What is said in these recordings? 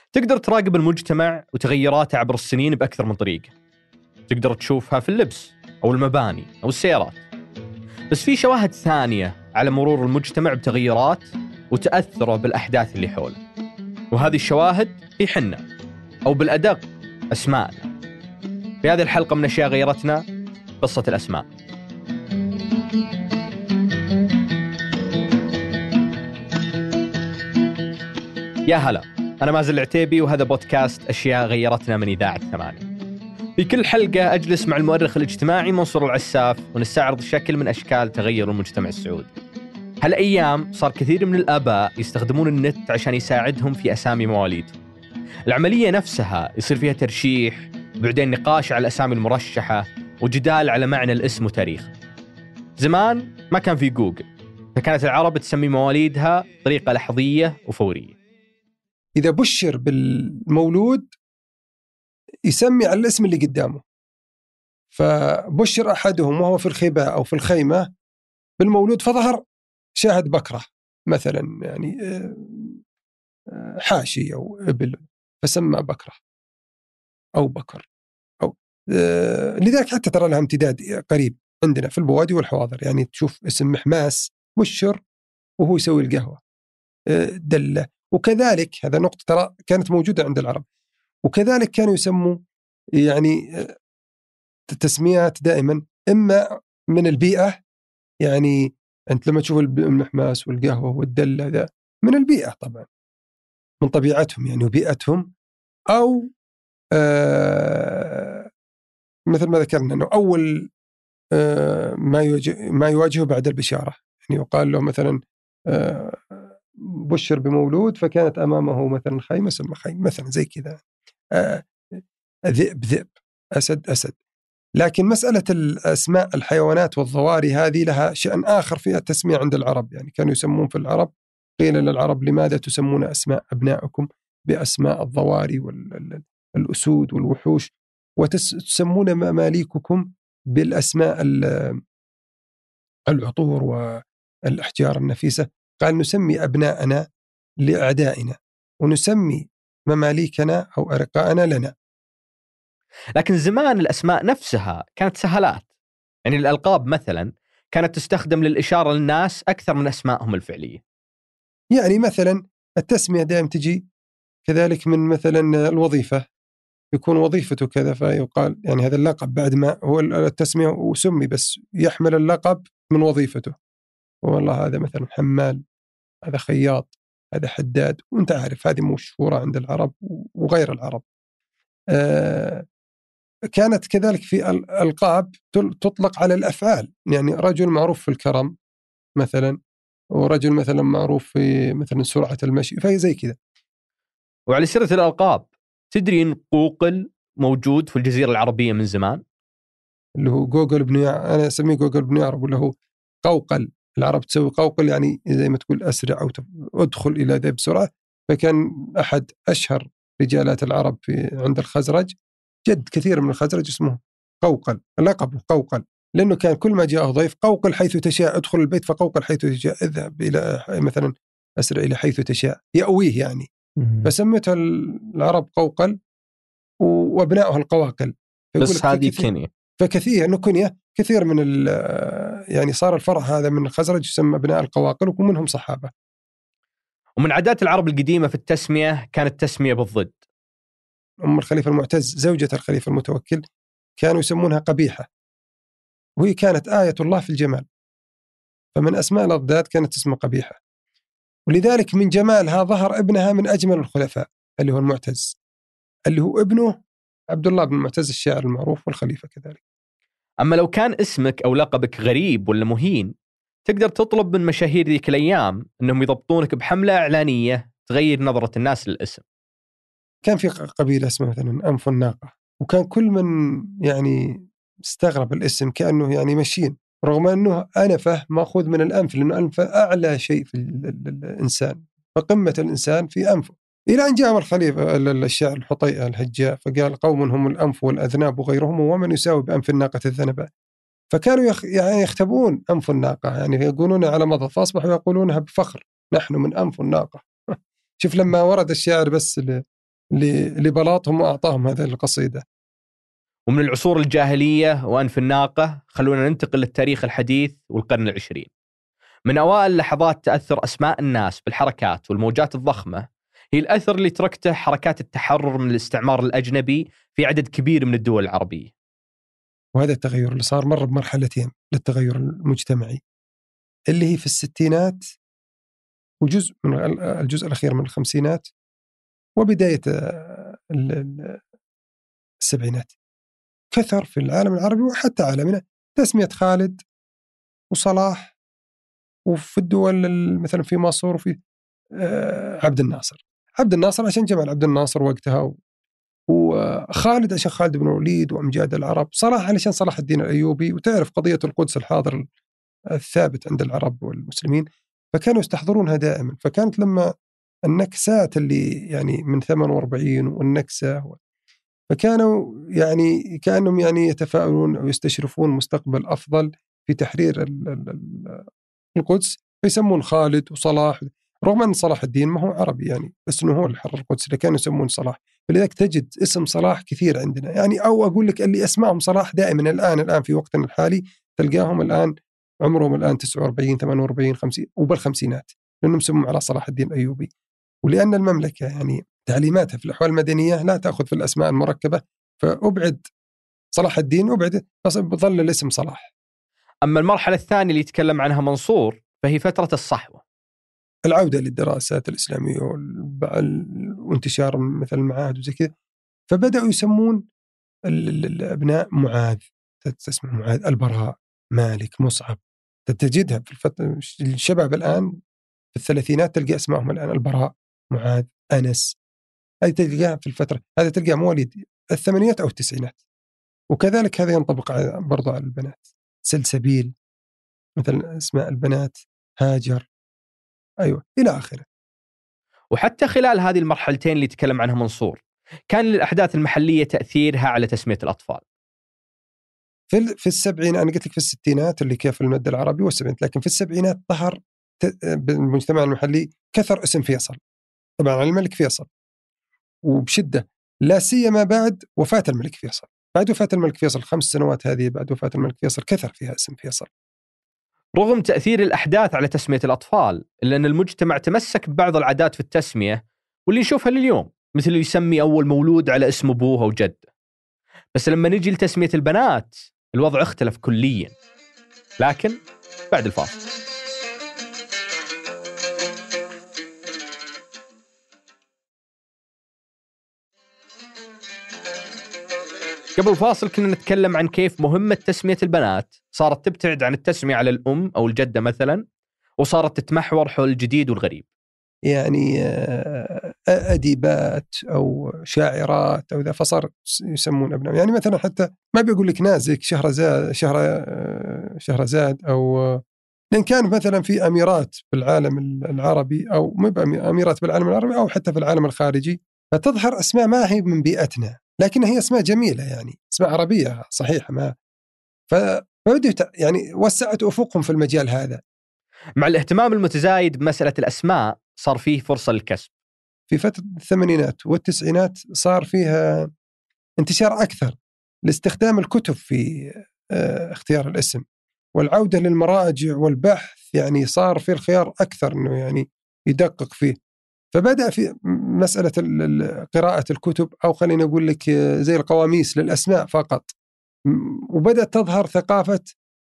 تقدر تراقب المجتمع وتغيراته عبر السنين بأكثر من طريقة. تقدر تشوفها في اللبس أو المباني أو السيارات، بس في شواهد ثانية على مرور المجتمع بتغيرات وتأثره بالأحداث اللي حوله، وهذه الشواهد هي حنا، أو بالأدق أسماءنا. في هذه الحلقة من أشياء غيرتنا، قصة الأسماء. يا هلا، أنا مازن العتيبي وهذا بودكاست أشياء غيرتنا من إذاعة 8. في كل حلقة أجلس مع المؤرخ الاجتماعي منصور العساف ونستعرض شكل من أشكال تغير المجتمع السعودي. هالأيام صار كثير من الآباء يستخدمون النت عشان يساعدهم في أسامي مواليدهم. العملية نفسها يصير فيها ترشيح، بعدين نقاش على الأسامي المرشحة، وجدال على معنى الاسم وتاريخه. زمان ما كان في جوجل، فكانت العرب تسمي مواليدها طريقة لحظية وفورية. إذا بشر بالمولود يسمي على الاسم اللي قدامه، فبشر أحدهم وهو في الخباء أو في الخيمة بالمولود فظهر شاهد بكرة مثلا، يعني حاشي أو إبل، فسمى بكرة أو بكر أو لذلك حتى ترى لها امتداد قريب عندنا في البوادي والحواضر. يعني تشوف اسم محماس بشر وهو يسوي القهوة دلة. وكذلك هذا نقطة ترى كانت موجودة عند العرب، وكذلك كانوا يسموا يعني التسميات دائما إما من البيئة، يعني أنت لما تشوف المحماس والقهوة والدلة ذا من البيئة طبعا، من طبيعتهم يعني وبيئتهم، أو مثل ما ذكرنا أنه أول ما يواجهه بعد البشارة، يعني يقال له مثلا بشر بمولود فكانت أمامه مثلا خيمة سمى خيمة مثلا زي كذا، ذئب ذئب، أسد أسد. لكن مسألة الأسماء الحيوانات والظواري هذه لها شأن آخر في التسمية عند العرب. يعني كانوا يسمون في العرب، قيل للعرب لماذا تسمون أسماء أبنائكم بأسماء الظواري والأسود والوحوش، وتسمون مماليككم بالأسماء العطور والأحجار النفيسة. قال نسمي أبناءنا لأعدائنا ونسمي مماليكنا أو أرقاءنا لنا. لكن زمان الأسماء نفسها كانت سهلات، يعني الألقاب مثلا كانت تستخدم للإشارة للناس أكثر من أسمائهم الفعلية. يعني مثلا التسمية دائما تجي كذلك من مثلا الوظيفة، يكون وظيفته كذا فيقال يعني هذا اللقب بعد ما هو التسمية وسمي، بس يحمل اللقب من وظيفته. والله هذا مثلا حمال، هذا خياط، هذا حداد. وانت عارف هذه مشهورة عند العرب وغير العرب. كانت كذلك في الألقاب تطلق على الأفعال، يعني رجل معروف في الكرم مثلا، ورجل مثلا معروف في مثلا سرعة المشي، فهي زي كذا. وعلى سيرة الألقاب، تدري إن قوقل موجود في الجزيرة العربية من زمان؟ اللي هو جوجل بن أنا أسميه جوجل بن يعرب، ولا هو قوقل. العرب تسوي قوقل يعني زي ما تقول أسرع أو أدخل إلى ذا بسرعة. فكان أحد أشهر رجالات العرب عند الخزرج، جد كثير من الخزرج اسمه قوقل، لقبه قوقل، لأنه كان كل ما جاء ضيف قوقل حيث تشاء، ادخل البيت فقوقل حيث تشاء، اذهب إلى مثلا أسرع إلى حيث تشاء، يأويه يعني. فسمته العرب قوقل وابنائها القواقل. بس هذه كنية، فكثير انه كنية كثير من يعني صار الفرع هذا من الخزرج يسمى ابناء القواقل، ومنهم صحابة. ومن عادات العرب القديمة في التسمية كانت التسمية بالضد. أم الخليفة المعتز زوجة الخليفة المتوكل كانوا يسمونها قبيحة، وهي كانت آية الله في الجمال، فمن أسماء الأضداد كانت اسمها قبيحة. ولذلك من جمالها ظهر ابنها من أجمل الخلفاء اللي هو المعتز، اللي هو ابنه عبد الله بن المعتز الشاعر المعروف والخليفة كذلك. أما لو كان اسمك أو لقبك غريب ولا مهين، تقدر تطلب من مشاهير ذيك الأيام أنهم يضبطونك بحملة إعلانية تغير نظرة الناس للاسم. كان في قبيلة اسمها مثلا أنف الناقة، وكان كل من يعني استغرب الاسم كأنه يعني مشين، رغم أنه أنفه مأخوذ من الأنف، لأنه أنف أعلى شيء في الإنسان، فقمة الإنسان في أنفه. إلى أن جاء الخليفة الشاعر الحطيئة الهجاء فقال قوم هم الأنف والأذناب وغيرهم ومن يساوي بأنف الناقة الذنباء. فكانوا يعني يختبون أنف الناقة، يعني يقولون على مضض، فأصبحوا يقولونها بفخر نحن من أنف الناقة. شوف لما ورد الشاعر بس لبلاطهم وأعطاهم هذه القصيدة. ومن العصور الجاهلية وأنف الناقة خلونا ننتقل للتاريخ الحديث والقرن العشرين. من أوائل لحظات تأثر أسماء الناس بالحركات والموجات الضخمة هي الأثر اللي تركته حركات التحرر من الاستعمار الأجنبي في عدد كبير من الدول العربية. وهذا التغير اللي صار مر بمرحلتين للتغير المجتمعي، اللي هي في الستينات وجزء من الجزء الأخير من الخمسينات وبداية السبعينات. كثر في العالم العربي وحتى عالمنا تسمية خالد وصلاح، وفي الدول مثلا في مصر وفي عبد الناصر. عبد الناصر عشان جمال عبد الناصر وقتها، وخالد عشان خالد بن الوليد وأمجاد العرب، صلاح علشان صلاح الدين الأيوبي، وتعرف قضية القدس الحاضر الثابت عند العرب والمسلمين، فكانوا يستحضرونها دائما. فكانت لما النكسات اللي يعني من 48 والنكسة، فكانوا يعني كأنهم يعني يتفاءلون أو يستشرفون مستقبل أفضل في تحرير القدس، فيسمون خالد وصلاح، رغم أن صلاح الدين ما هو عربي يعني، بس أنه هو اللي حرر القدس اللي كانوا يسمون صلاح. فلذلك تجد اسم صلاح كثير عندنا يعني، أو أقول لك اللي أسمائهم صلاح دائما الآن في وقتنا الحالي تلقاهم الآن عمرهم الآن 49 48 50 وبالخمسينات، لأنهم يسمون على صلاح الدين الأيوبي. ولأن المملكة يعني تعليماتها في الأحوال المدنية لا تأخذ في الأسماء المركبة، فأبعد صلاح الدين أبعد، بس بظل الاسم صلاح. أما المرحلة الثانية اللي يتكلم عنها منصور فهي فترة الصحوة، العودة للدراسات الإسلامية وانتشار مثل المعاهد وزي كذا، فبدأوا يسمون الأبناء معاذ، تسمع معاذ، البراء، مالك، مصعب. تجدها في الشباب الآن في الثلاثينات تلقى اسمائهم الآن البراء، معاذ، أنس. هذه تلقاها في الفترة هذا، تلقى مواليد الثمانينات أو التسعينات. وكذلك هذا ينطبق برضو على البنات، سلسبيل مثل اسماء البنات، هاجر، أيوة إلى آخره. وحتى خلال هذه المرحلتين اللي يتكلم عنها منصور كان للأحداث المحلية تأثيرها على تسمية الأطفال. في السبعين أنا قلت لك في الستينات اللي كيف المد العربي والسبعينات، لكن في السبعينات ظهر بالمجتمع المحلي كثر اسم فيصل، طبعا على الملك فيصل وبشدة، لا سيما بعد وفاة الملك فيصل. بعد وفاة الملك فيصل 5 سنوات هذه، بعد وفاة الملك فيصل كثر فيها اسم فيصل. رغم تأثير الأحداث على تسمية الأطفال إلا أن المجتمع تمسك ببعض العادات في التسمية واللي نشوفها لليوم، مثل اللي يسمي أول مولود على اسم أبوه أو جده. بس لما نجي لتسمية البنات الوضع اختلف كليا، لكن بعد الفاصل. قبل الفاصل كنا نتكلم عن كيف مهمة تسمية البنات صارت تبتعد عن التسمية على الأم أو الجدة مثلا، وصارت تتمحور حول الجديد والغريب. يعني أديبات أو شاعرات أو ذا، فصار يسمون أبناء. يعني مثلا حتى ما بيقول لك نازك شهرزاد أو لأن كان مثلا في أميرات بالعالم العربي، أو أميرات بالعالم العربي أو حتى في العالم الخارجي، فتظهر أسماء ما هي من بيئتنا، لكن هي أسماء جميلة يعني أسماء عربية صحيحة. ما يعني وسعت أفقهم في المجال هذا. مع الاهتمام المتزايد بمسألة الأسماء صار فيه فرصة للكسب. في فترة الثمانينات والتسعينات صار فيها انتشار أكثر لاستخدام الكتب في اختيار الاسم، والعودة للمراجع والبحث، يعني صار في الخيار أكثر أنه يعني يدقق فيه. فبدأ في مسألة قراءة الكتب، أو خلينا نقول لك زي القواميس للأسماء فقط، وبدأت تظهر ثقافة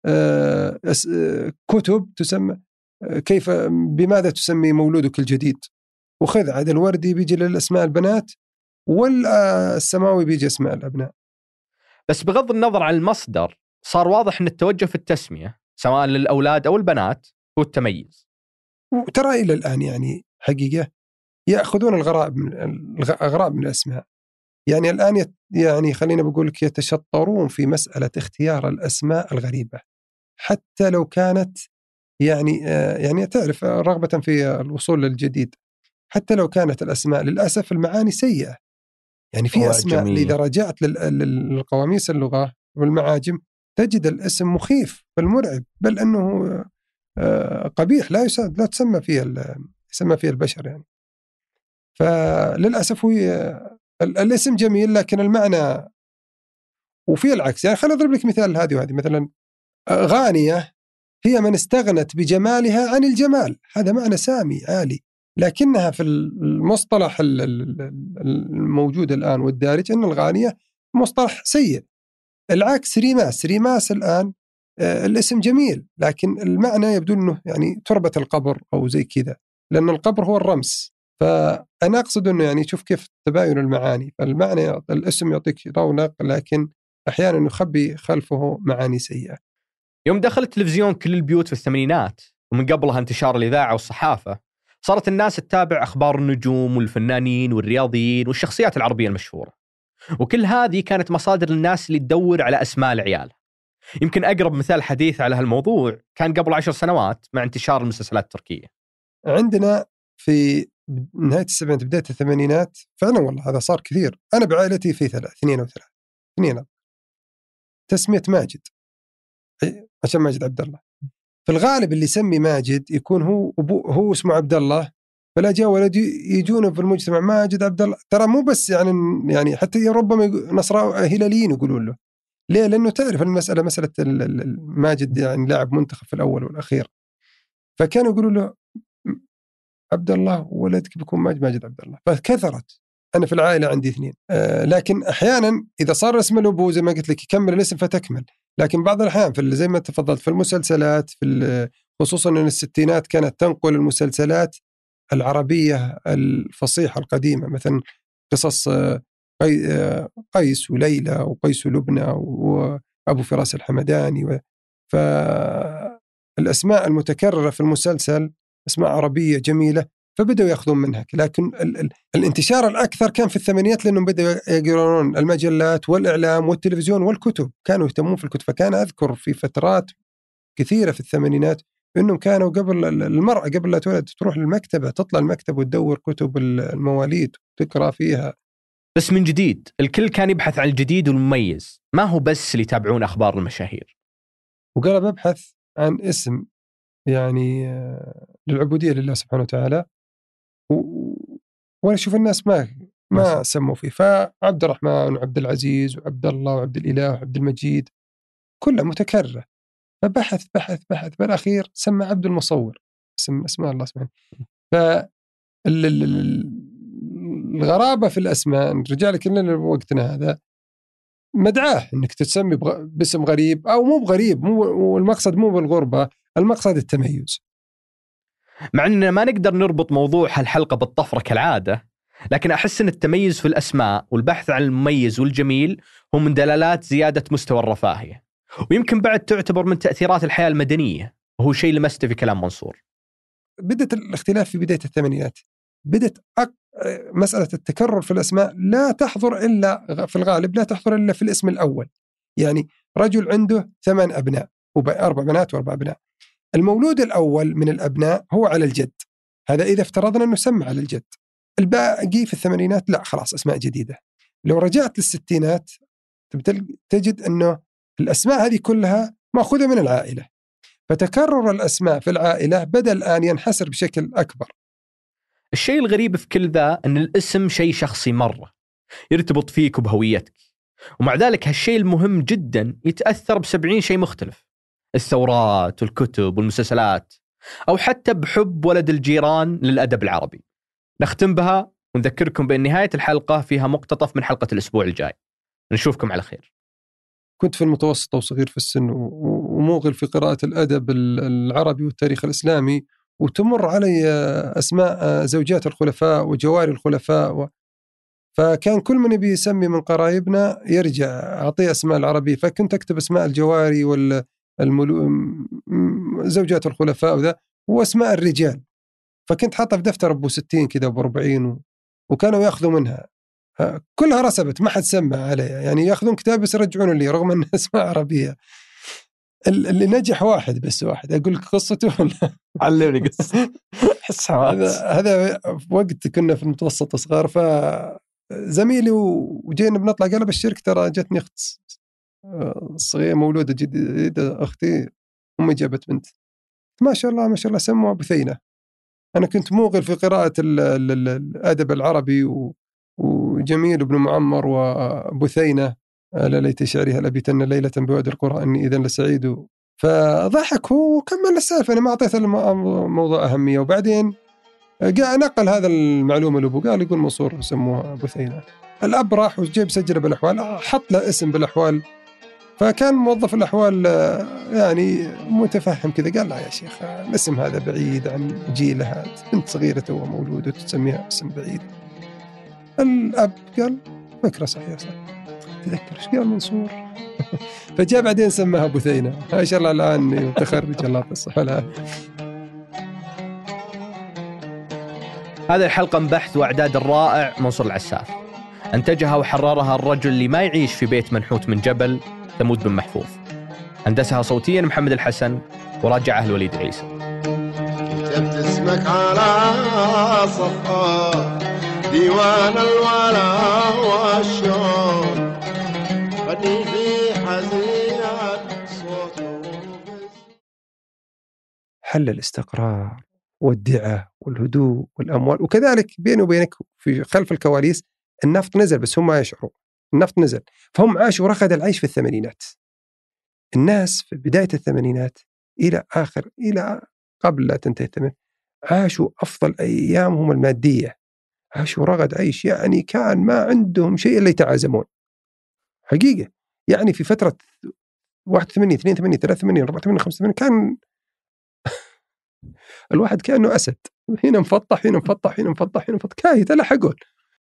كتب تسمى كيف بماذا تسمي مولودك الجديد، وخذ عاد الوردي بيجي للأسماء البنات، والسماوي بيجي اسماء الأبناء. بس بغض النظر عن المصدر صار واضح أن التوجه في التسمية سواء للأولاد أو البنات هو التميز. وترى إلى الآن يعني حقيقة يأخذون الغرائب من الأسماء. يعني الآن يعني خلينا بقول لك يتشطرون في مسألة اختيار الأسماء الغريبة، حتى لو كانت يعني تعرف رغبة في الوصول للجديد، حتى لو كانت الأسماء للأسف المعاني سيئة. يعني في أسماء إذا رجعت للقواميس اللغة والمعاجم تجد الاسم مخيف بل مرعب، بل أنه قبيح لا تسمى فيه البشر يعني. فللأسف هو الاسم جميل لكن المعنى، وفي العكس. يعني خلينا نضرب لك مثال هذه وهذه. مثلا غانية هي من استغنت بجمالها عن الجمال، هذا معنى سامي عالي، لكنها في المصطلح الموجود الآن والدارج أن الغانية مصطلح سيء. العكس ريماس الآن الاسم جميل لكن المعنى يبدو أنه يعني تربة القبر أو زي كذا، لأن القبر هو الرمز. فأنا أقصد أنه يعني شوف كيف تباين المعاني. فالمعنى الاسم يعطيك رونق لكن أحيانا يخبي خلفه معاني سيئة. يوم دخل التلفزيون كل البيوت في الثمانينات ومن قبلها انتشار الإذاعة والصحافة، صارت الناس تتابع أخبار النجوم والفنانين والرياضيين والشخصيات العربية المشهورة، وكل هذه كانت مصادر للناس اللي تدور على أسماء العيال. يمكن أقرب مثال حديث على هالموضوع كان قبل 10 سنوات مع انتشار المسلسلات التركية. عندنا في نهاية السبعينات بداية الثمانينات فعلا والله هذا صار كثير. أنا بعائلتي في اثنين تسمية ماجد عشان ماجد عبد الله. في الغالب اللي يسمي ماجد يكون هو اسمه عبد الله، فلا جاء ولد يجون في المجتمع ماجد عبد الله. ترى مو بس يعني حتى ربما نصارى هلاليين يقولون له. ليه؟ لأنه تعرف المسألة مسألة ماجد يعني لاعب منتخب في الأول والأخير، فكانوا يقولوا له عبد الله ولدك بيكون ماجد عبد الله، فكثرت. أنا في العائلة عندي اثنين. لكن أحيانا إذا صار اسم الأبو زي ما قلت لك يكمل الاسم فتكمل. لكن بعض الأحيان في زي ما تفضلت في المسلسلات خصوصا أن الستينات كانت تنقل المسلسلات العربية الفصيحة القديمة، مثلا قصص قيس وليلى وقيس ولبنى وأبو فراس الحمداني. فالأسماء المتكررة في المسلسل أسماء عربية جميلة فبدأوا يأخذون منها. لكن الانتشار الأكثر كان في الثمانينات لأنهم بدأوا يقرؤون المجلات والإعلام والتلفزيون والكتب، كانوا يهتمون في الكتب. فكان أذكر في فترات كثيرة في الثمانينات إنهم كانوا قبل المرأة قبل لا تولد تروح للمكتبة، تطلع المكتب وتدور كتب المواليد تقرأ فيها. بس من جديد الكل كان يبحث عن الجديد والمميز، ما هو بس اللي يتابعون أخبار المشاهير. وقال ببحث عن اسم يعني للعبودية لله سبحانه وتعالى، وانا اشوف الناس ما سموا فيه. فعبد الرحمن وعبد العزيز وعبد الله وعبد الاله وعبد المجيد كلها متكرره. فبحث بحث بحث بالاخير سمى عبد المصور، اسماء الله سبحانه. فالغرابه في الاسماء نرجع لك لنا وقتنا هذا مدعاه انك تسمي باسم غريب او مو بغريب، والمقصد مو بالغربه، المقصد التميز. مع أننا ما نقدر نربط موضوع هالحلقة بالطفرة كالعادة، لكن أحس أن التميز في الأسماء والبحث عن المميز والجميل هم من دلالات زيادة مستوى الرفاهية، ويمكن بعد تعتبر من تأثيرات الحياة المدنية، وهو شيء لمسته في كلام منصور. بدأت الاختلاف في بداية الثمانينات. بدأت مسألة التكرر في الأسماء لا تحضر إلا في الغالب لا تحضر إلا في الاسم الأول. يعني رجل عنده 8 أبناء 4 بنات و4 أبناء، المولود الأول من الأبناء هو على الجد، هذا إذا افترضنا أنه سمى على الجد. الباقي في الثمانينات لا خلاص أسماء جديدة. لو رجعت للستينات تجد أنه الأسماء هذه كلها مأخوذة من العائلة، فتكرر الأسماء في العائلة بدأ الآن ينحسر بشكل أكبر. الشيء الغريب في كل ذا أن الاسم شيء شخصي مرة يرتبط فيك وبهويتك، ومع ذلك هالشيء المهم جدا يتأثر ب70 شيء مختلف: الثورات والكتب والمسلسلات، أو حتى بحب ولد الجيران للأدب العربي. نختم بها ونذكركم بأن نهاية الحلقة فيها مقتطف من حلقة الأسبوع الجاي. نشوفكم على خير. كنت في المتوسط وصغير في السن وموغل في قراءة الأدب العربي والتاريخ الإسلامي، وتمر علي أسماء زوجات الخلفاء وجواري الخلفاء فكان كل من يبي يسمي من قرايبنا يرجع أعطيه أسماء العربية، فكنت أكتب أسماء الجواري زوجات الخلفاء وذا وأسماء الرجال، فكنت حاطها في دفتر أبو 60 كذا أبو 40 وكانوا يأخذوا منها كلها رسبت ما حد سمى عليها، يعني يأخذون كتاب بس يرجعون لي رغم أن اسماء عربية. اللي نجح واحد بس واحد أقول لك قصته علمني قصة. هذا وقت كنا في المتوسط صغار، فزميلي وجينا بنطلع قال بالشركة ترى جتني أخت صغيرة مولودة جديدة أختي أمي جابت بنت ما شاء الله ما شاء الله سموها بثينة. أنا كنت موغل في قراءة الأدب العربي وجميل بن معمر وبثينة لا ليت شعرها لبيتن ليلة بوادي القرى إني إذن لسعيد. فضحك هو وكمل السالفة، أنا ما أعطيت الموضوع أهمية. وبعدين جاء نقل هذا المعلومة لأبو، قال يقول منصور سموه بثينة. الأب راح وجيب سجله بالأحوال، حط له اسم بالأحوال، فكان موظف الأحوال يعني متفهم كذا، قال لا يا شيخ الاسم هذا بعيد عن جيلها، بنت صغيرة ومولودة وتسميها اسم بعيد. الأب قال فكرة صحيحة صح. تذكر ايش قال منصور؟ فجاء بعدين سماها بثينة. ما شاء الله الآن متخرج، الله يصلح العافية. هذه الحلقة من بحث وإعداد الرائع منصور العساف، أنتجها وحررها الرجل اللي ما يعيش في بيت منحوت من جبل، ثمود بن محفوظ. هندسها صوتيا محمد الحسن، وراجعها الوليد عيسى. كتبت اسمك على صفحة ديوان الولا والشوق، غني في حزينة صوته. حل الاستقرار والدعة والهدوء والأموال. وكذلك بيني وبينك في خلف الكواليس النفط نزل، بس هم ما يشعروا النفط نزل، فهم عاشوا رغد العيش في الثمانينات. الناس في بداية الثمانينات إلى آخر، إلى قبل لا تنتهي الثمانينات، عاشوا أفضل أيامهم المادية، عاشوا رغد عيش، يعني كان ما عندهم شيء إلا يتعازمون حقيقة. يعني في فترة 81 82 83 84 85 كان الواحد كأنه أسد، هنا مفطح هنا مفطح هنا مفطح هنا مفطح، كاهي لا حقول.